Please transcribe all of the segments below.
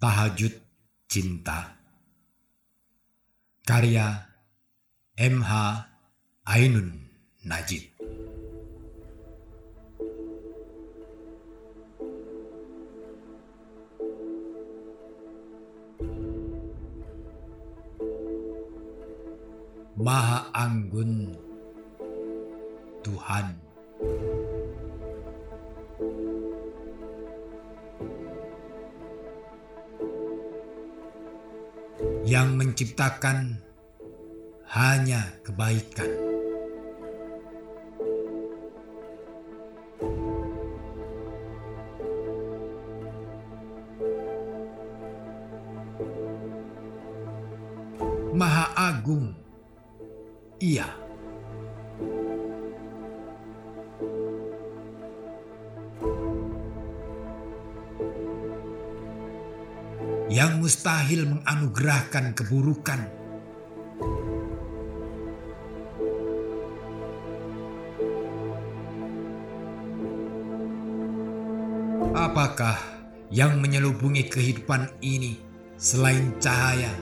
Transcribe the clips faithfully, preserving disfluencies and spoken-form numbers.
Tahajud Cinta, karya M H Ainun Najib. Maha Anggun Tuhan, yang menciptakan hanya kebaikan. Maha Agung Ia, yang mustahil menganugerahkan keburukan. Apakah yang menyelubungi kehidupan ini selain cahaya?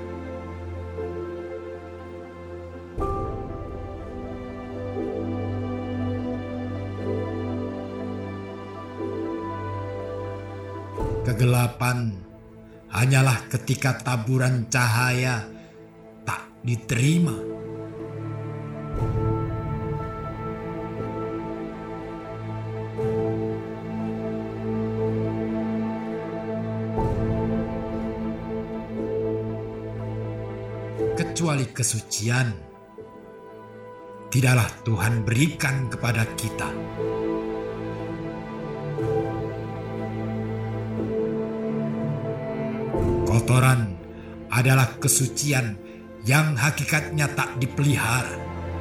Kegelapan hanyalah ketika taburan cahaya tak diterima. Kecuali kesucian, tidaklah Tuhan berikan kepada kita. Kotoran adalah kesucian yang hakikatnya tak dipelihara.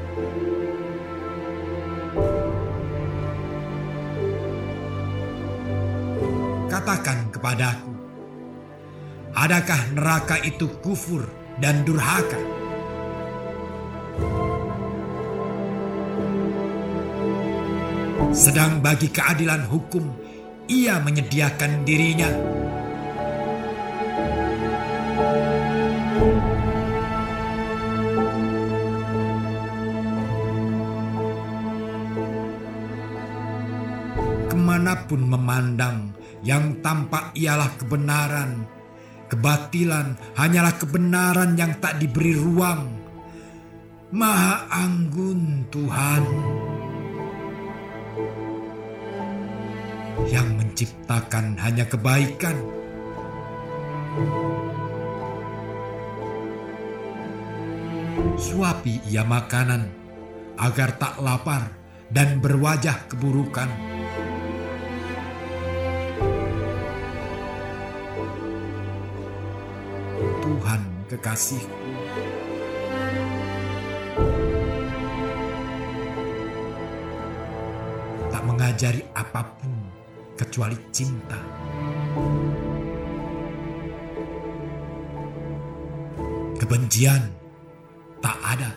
Katakan kepadaku, adakah neraka itu kufur dan durhaka? Sedang bagi keadilan hukum, Ia menyediakan dirinya. Kemanapun memandang, yang tampak ialah kebenaran. Kebatilan hanyalah kebenaran yang tak diberi ruang. Maha Anggun Tuhan, yang menciptakan hanya kebaikan. Suapi Ia makanan agar tak lapar dan berwajah keburukan. Tuhan kekasihku, tak mengajari apapun kecuali cinta. Kebencian tak ada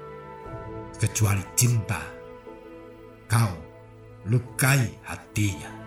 kecuali cinta. Kau lukai hatinya.